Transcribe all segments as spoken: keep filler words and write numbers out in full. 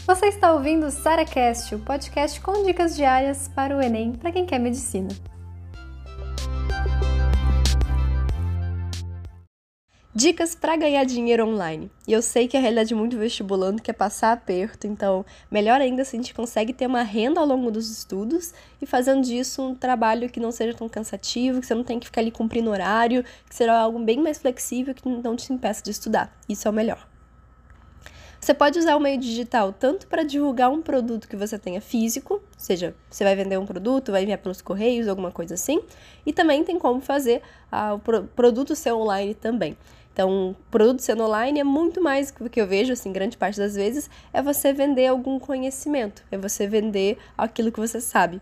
Você está ouvindo o SaraCast, o podcast com dicas diárias para o Enem para quem quer medicina. Dicas para ganhar dinheiro online. E eu sei que a realidade de muito vestibulando quer passar aperto, então melhor ainda se a gente consegue ter uma renda ao longo dos estudos e fazendo disso um trabalho que não seja tão cansativo, que você não tem que ficar ali cumprindo horário, que será algo bem mais flexível que não te impeça de estudar. Isso é o melhor. Você pode usar o meio digital tanto para divulgar um produto que você tenha físico, ou seja, você vai vender um produto, vai enviar pelos correios, alguma coisa assim, e também tem como fazer ah, o pro- produto ser online também. Então, o produto sendo online é muito mais do que eu vejo, assim, grande parte das vezes, é você vender algum conhecimento, é você vender aquilo que você sabe.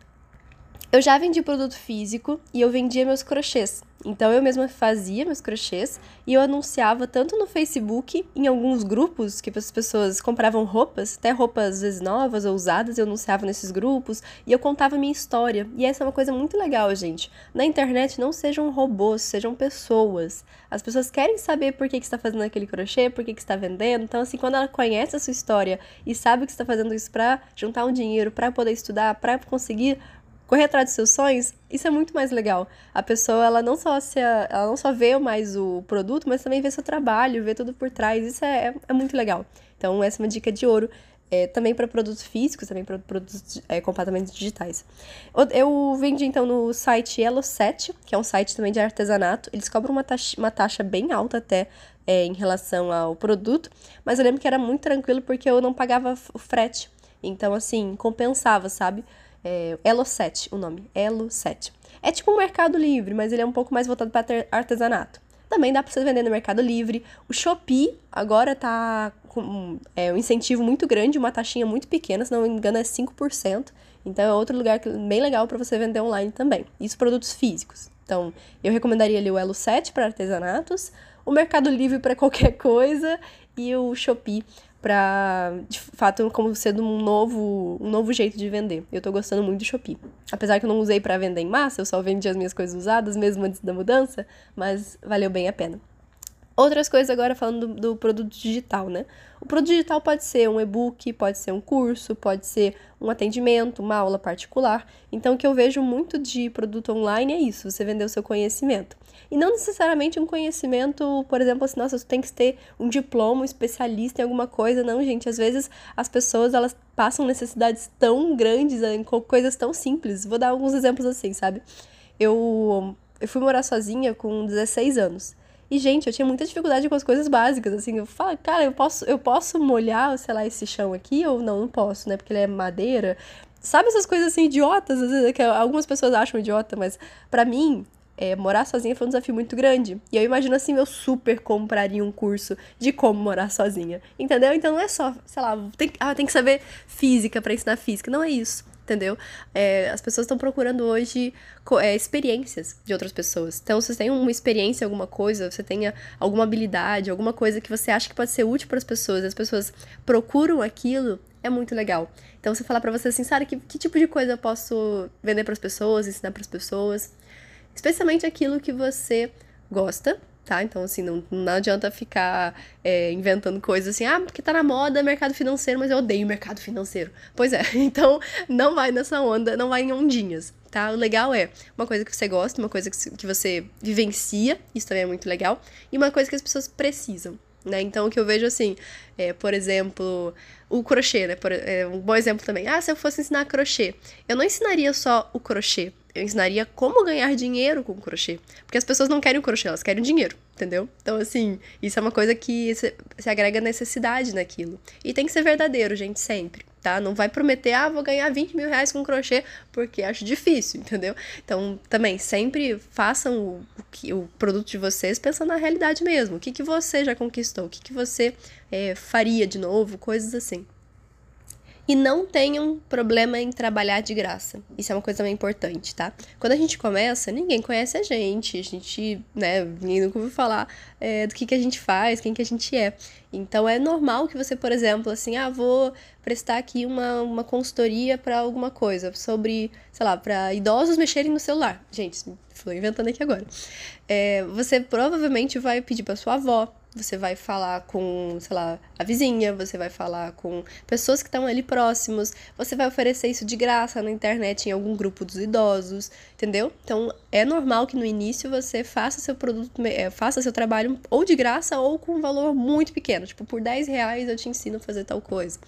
Eu já vendi produto físico e eu vendia meus crochês. Então, eu mesma fazia meus crochês e eu anunciava tanto no Facebook, em alguns grupos que as pessoas compravam roupas, até roupas às vezes novas ou usadas, eu anunciava nesses grupos e eu contava a minha história. E essa é uma coisa muito legal, gente. Na internet, não sejam robôs, sejam pessoas. As pessoas querem saber por que, que você está fazendo aquele crochê, por que, que você está vendendo. Então, assim, quando ela conhece a sua história e sabe que você está fazendo isso para juntar um dinheiro, para poder estudar, para conseguir correr atrás dos seus sonhos, isso é muito mais legal. A pessoa, ela não só, se, ela não só vê mais o produto, mas também vê seu trabalho, vê tudo por trás. Isso é, é, é muito legal. Então, essa é uma dica de ouro. É, também para produtos físicos, também para produtos é, completamente digitais. Eu, eu vendi, então, no site Elo sete, que é um site também de artesanato. Eles cobram uma taxa, uma taxa bem alta até é, em relação ao produto, mas eu lembro que era muito tranquilo porque eu não pagava o frete. Então, assim, compensava, sabe? É, Elo sete, o nome, Elo sete. É tipo um Mercado Livre, mas ele é um pouco mais voltado para artesanato. Também dá para você vender no Mercado Livre. O Shopee agora tá com é, um incentivo muito grande, uma taxinha muito pequena, se não me engano é cinco por cento. Então é outro lugar bem legal para você vender online também. Isso produtos físicos. Então eu recomendaria ali o Elo sete para artesanatos, o Mercado Livre para qualquer coisa e o Shopee para, de fato, como sendo um novo, um novo jeito de vender. Eu tô gostando muito do Shopee. Apesar que eu não usei para vender em massa, eu só vendi as minhas coisas usadas mesmo antes da mudança, mas valeu bem a pena. Outras coisas agora falando do, do produto digital, né? O produto digital pode ser um e-book, pode ser um curso, pode ser um atendimento, uma aula particular. Então, o que eu vejo muito de produto online é isso, você vender o seu conhecimento. E não necessariamente um conhecimento, por exemplo, assim, nossa, você tem que ter um diploma, um especialista em alguma coisa. Não, gente, às vezes as pessoas, elas passam necessidades tão grandes em coisas tão simples. Vou dar alguns exemplos assim, sabe? Eu, eu fui morar sozinha com dezesseis anos. E, gente, eu tinha muita dificuldade com as coisas básicas, assim, eu falo, cara, eu posso, eu posso molhar, sei lá, esse chão aqui ou não, não posso, né, porque ele é madeira. Sabe essas coisas, assim, idiotas, às vezes, que algumas pessoas acham idiota, mas pra mim, é, morar sozinha foi um desafio muito grande. E eu imagino, assim, eu super compraria um curso de como morar sozinha, entendeu? Então não é só, sei lá, tem, ah, tem que saber física pra ensinar física, não é isso. Entendeu? É, as pessoas estão procurando hoje é, experiências de outras pessoas. Então, se você tem uma experiência em alguma coisa, você tenha alguma habilidade, alguma coisa que você acha que pode ser útil para as pessoas, as pessoas procuram aquilo, é muito legal. Então, você falar para você assim, Sara, que, que tipo de coisa eu posso vender para as pessoas, ensinar para as pessoas? Especialmente aquilo que você gosta, tá? Então, assim, não, não adianta ficar é, inventando coisas assim, ah, porque tá na moda mercado financeiro, mas eu odeio mercado financeiro. Pois é, então não vai nessa onda, não vai em ondinhas, tá? O legal é uma coisa que você gosta, uma coisa que, que você vivencia, isso também é muito legal, e uma coisa que as pessoas precisam, né? Então, o que eu vejo assim, é, por exemplo, o crochê, né? Por, é, um bom exemplo também. Ah, se eu fosse ensinar crochê, eu não ensinaria só o crochê, eu ensinaria como ganhar dinheiro com o crochê. Porque as pessoas não querem o crochê, elas querem dinheiro, entendeu? Então, assim, isso é uma coisa que se, se agrega necessidade naquilo. E tem que ser verdadeiro, gente, sempre, tá? Não vai prometer, ah, vou ganhar vinte mil reais com crochê, porque acho difícil, entendeu? Então, também, sempre façam o, o, que, o produto de vocês pensando na realidade mesmo. O que, que você já conquistou? O que, que você é, faria de novo? Coisas assim. E não tenham problema em trabalhar de graça. Isso é uma coisa também importante, tá? Quando a gente começa, ninguém conhece a gente. A gente, né, ninguém nunca ouviu falar é, do que, que a gente faz, quem que a gente é. Então, é normal que você, por exemplo, assim, ah, vou prestar aqui uma, uma consultoria para alguma coisa, sobre, sei lá, para idosos mexerem no celular. Gente, estou inventando aqui agora. É, você provavelmente vai pedir para sua avó, você vai falar com, sei lá, a vizinha, você vai falar com pessoas que estão ali próximos, você vai oferecer isso de graça na internet em algum grupo dos idosos, entendeu? Então, é normal que no início você faça seu produto, é, faça seu trabalho ou de graça ou com um valor muito pequeno, tipo, por dez reais eu te ensino a fazer tal coisa.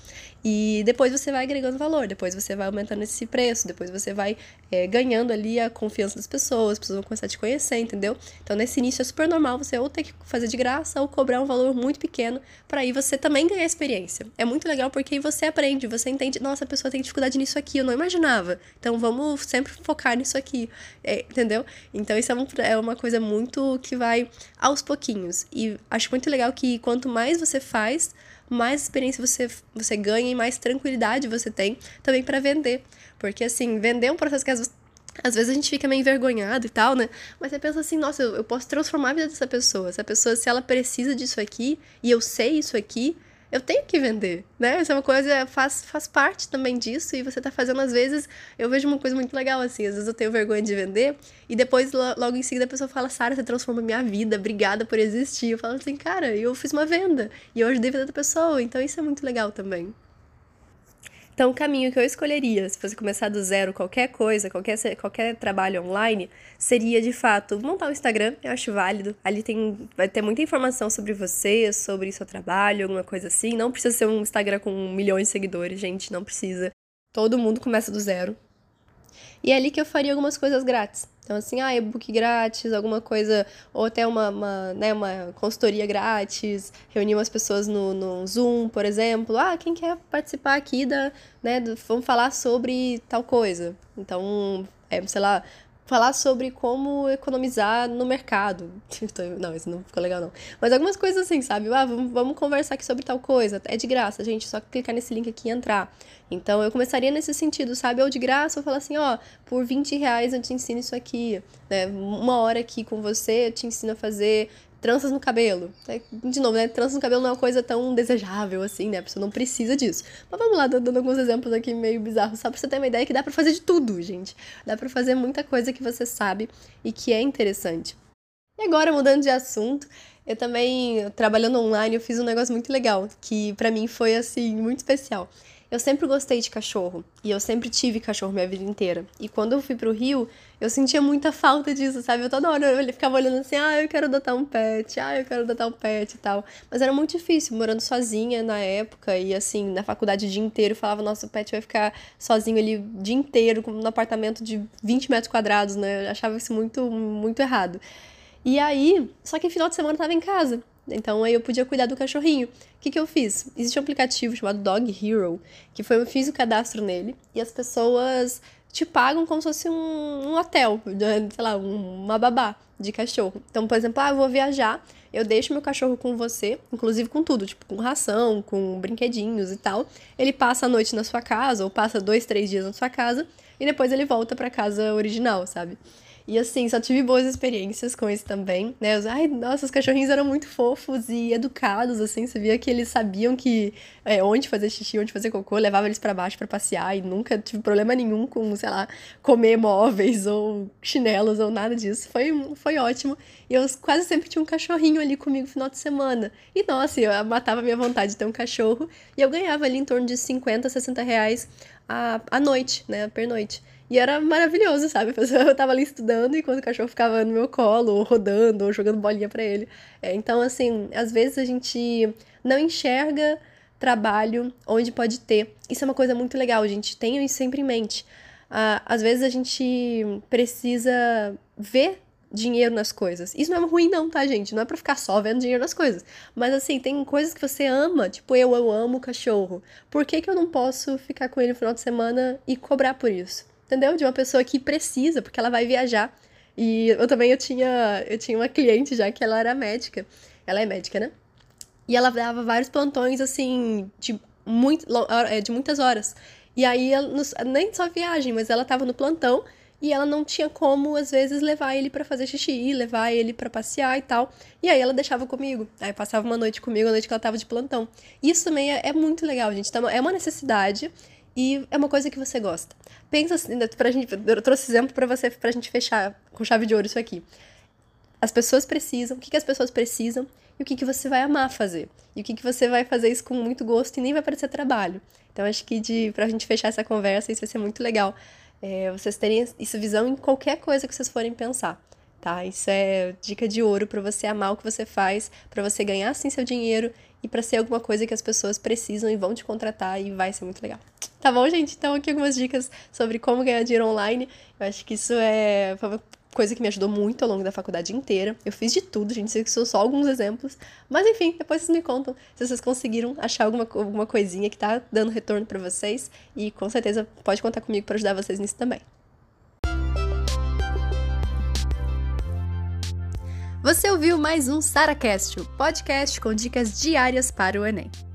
E depois você vai agregando valor, depois você vai aumentando esse preço, depois você vai é, ganhando ali a confiança das pessoas, as pessoas vão começar a te conhecer, entendeu? Então, nesse início é super normal você ou ter que fazer de graça ou cobrar um valor muito pequeno para aí você também ganhar experiência. É muito legal porque aí você aprende, você entende, nossa, a pessoa tem dificuldade nisso aqui, eu não imaginava. Então, vamos sempre focar nisso aqui, é, entendeu? Então, isso é, um, é uma coisa muito que vai aos pouquinhos. E acho muito legal que quanto mais você faz, mais experiência você, você ganha e mais tranquilidade você tem também para vender. Porque, assim, vender é um processo que às vezes, às vezes a gente fica meio envergonhado e tal, né? Mas você pensa assim, nossa, eu, eu posso transformar a vida dessa pessoa. Essa pessoa, se ela precisa disso aqui e eu sei isso aqui, eu tenho que vender, né? Isso é uma coisa, faz, faz parte também disso e você tá fazendo, às vezes, eu vejo uma coisa muito legal, assim, às vezes eu tenho vergonha de vender e depois, logo em seguida, a pessoa fala, Sara, você transforma a minha vida, obrigada por existir. Eu falo assim, cara, eu fiz uma venda e eu ajudei a vida da pessoa, então isso é muito legal também. Então, o caminho que eu escolheria, se você começar do zero qualquer coisa, qualquer, qualquer trabalho online, seria, de fato, montar um Instagram, eu acho válido. Ali tem, vai ter muita informação sobre você, sobre seu trabalho, alguma coisa assim. Não precisa ser um Instagram com milhões de seguidores, gente, não precisa. Todo mundo começa do zero. E é ali que eu faria algumas coisas grátis. Então, assim, ah, e-book grátis, alguma coisa, ou até uma, uma, né, uma consultoria grátis, reunir umas pessoas no, no Zoom, por exemplo. Ah, quem quer participar aqui da, né, do, vamos falar sobre tal coisa. Então, é, sei lá, falar sobre como economizar no mercado. Não, isso não ficou legal, não. Mas algumas coisas assim, sabe? Ah, vamos, vamos conversar aqui sobre tal coisa. É de graça, gente, só clicar nesse link aqui e entrar. Então, eu começaria nesse sentido, sabe? Ou de graça, eu falar assim, ó, por vinte reais eu te ensino isso aqui, né? Uma hora aqui com você, eu te ensino a fazer tranças no cabelo. De novo, né? Tranças no cabelo não é uma coisa tão desejável assim, né? A pessoa não precisa disso. Mas vamos lá, dando alguns exemplos aqui meio bizarros, só pra você ter uma ideia que dá pra fazer de tudo, gente. Dá pra fazer muita coisa que você sabe e que é interessante. E agora, mudando de assunto, eu também, trabalhando online, eu fiz um negócio muito legal, que pra mim foi, assim, muito especial. Eu sempre gostei de cachorro, e eu sempre tive cachorro minha vida inteira. E quando eu fui pro Rio, eu sentia muita falta disso, sabe? Eu toda hora eu ficava olhando assim, ah, eu quero adotar um pet, ah, eu quero adotar um pet e tal. Mas era muito difícil, morando sozinha na época, e assim, na faculdade o dia inteiro, eu falava, nossa, o pet vai ficar sozinho ali o dia inteiro, num apartamento de vinte metros quadrados, né? Eu achava isso muito, muito errado. E aí, só que final de semana eu tava em casa. Então aí eu podia cuidar do cachorrinho. O que, que eu fiz? Existe um aplicativo chamado Dog Hero, que foi eu fiz o cadastro nele e as pessoas te pagam como se fosse um, um hotel, sei lá, um, uma babá de cachorro. Então, por exemplo, ah, eu vou viajar, eu deixo meu cachorro com você, inclusive com tudo, tipo com ração, com brinquedinhos e tal. Ele passa a noite na sua casa, ou passa dois, três dias na sua casa, e depois ele volta pra casa original, sabe? E assim, só tive boas experiências com isso também, né? Os, ai, nossa, os cachorrinhos eram muito fofos e educados, assim, você via que eles sabiam que é, onde fazer xixi, onde fazer cocô, levava eles pra baixo pra passear e nunca tive problema nenhum com, sei lá, comer móveis ou chinelos ou nada disso. Foi, foi ótimo. E eu quase sempre tinha um cachorrinho ali comigo no final de semana. E nossa, eu matava a minha vontade de ter um cachorro e eu ganhava ali em torno de cinquenta, sessenta reais a, a noite, né, per noite. E era maravilhoso, sabe? Eu tava ali estudando enquanto o cachorro ficava no meu colo, ou rodando, ou jogando bolinha pra ele. É, então, assim, às vezes a gente não enxerga trabalho onde pode ter. Isso é uma coisa muito legal, gente. Tenham isso sempre em mente. Ah, às vezes a gente precisa ver dinheiro nas coisas. Isso não é ruim não, tá, gente? Não é pra ficar só vendo dinheiro nas coisas. Mas, assim, tem coisas que você ama. Tipo, eu, eu amo o cachorro. Por que que eu não posso ficar com ele no final de semana e cobrar por isso? Entendeu? De uma pessoa que precisa, porque ela vai viajar. E eu também eu tinha, eu tinha uma cliente já que ela era médica. Ela é médica, né? E ela dava vários plantões, assim, de, muito, de muitas horas. E aí, ela, nem só viagem, mas ela tava no plantão e ela não tinha como, às vezes, levar ele pra fazer xixi, levar ele pra passear e tal. E aí ela deixava comigo. Aí passava uma noite comigo, a noite que ela tava de plantão. Isso também é, é muito legal, gente. Então, é uma necessidade. E é uma coisa que você gosta. Pensa assim, pra gente, eu trouxe exemplo pra você, pra gente fechar com chave de ouro isso aqui. As pessoas precisam, o que, que as pessoas precisam? e o que, que você vai amar fazer. E o que, que você vai fazer isso com muito gosto e nem vai parecer trabalho. Então, acho que de, pra gente fechar essa conversa, isso vai ser muito legal. É, vocês terem essa visão em qualquer coisa que vocês forem pensar, tá? Isso é dica de ouro pra você amar o que você faz, pra você ganhar sim seu dinheiro e pra ser alguma coisa que as pessoas precisam e vão te contratar e vai ser muito legal. Tá bom, gente? Então, aqui algumas dicas sobre como ganhar dinheiro online. Eu acho que isso é uma coisa que me ajudou muito ao longo da faculdade inteira. Eu fiz de tudo, gente, isso são só alguns exemplos. Mas enfim, depois vocês me contam se vocês conseguiram achar alguma, alguma coisinha que tá dando retorno pra vocês. E com certeza pode contar comigo pra ajudar vocês nisso também. Você ouviu mais um SaraCast, o podcast com dicas diárias para o Enem.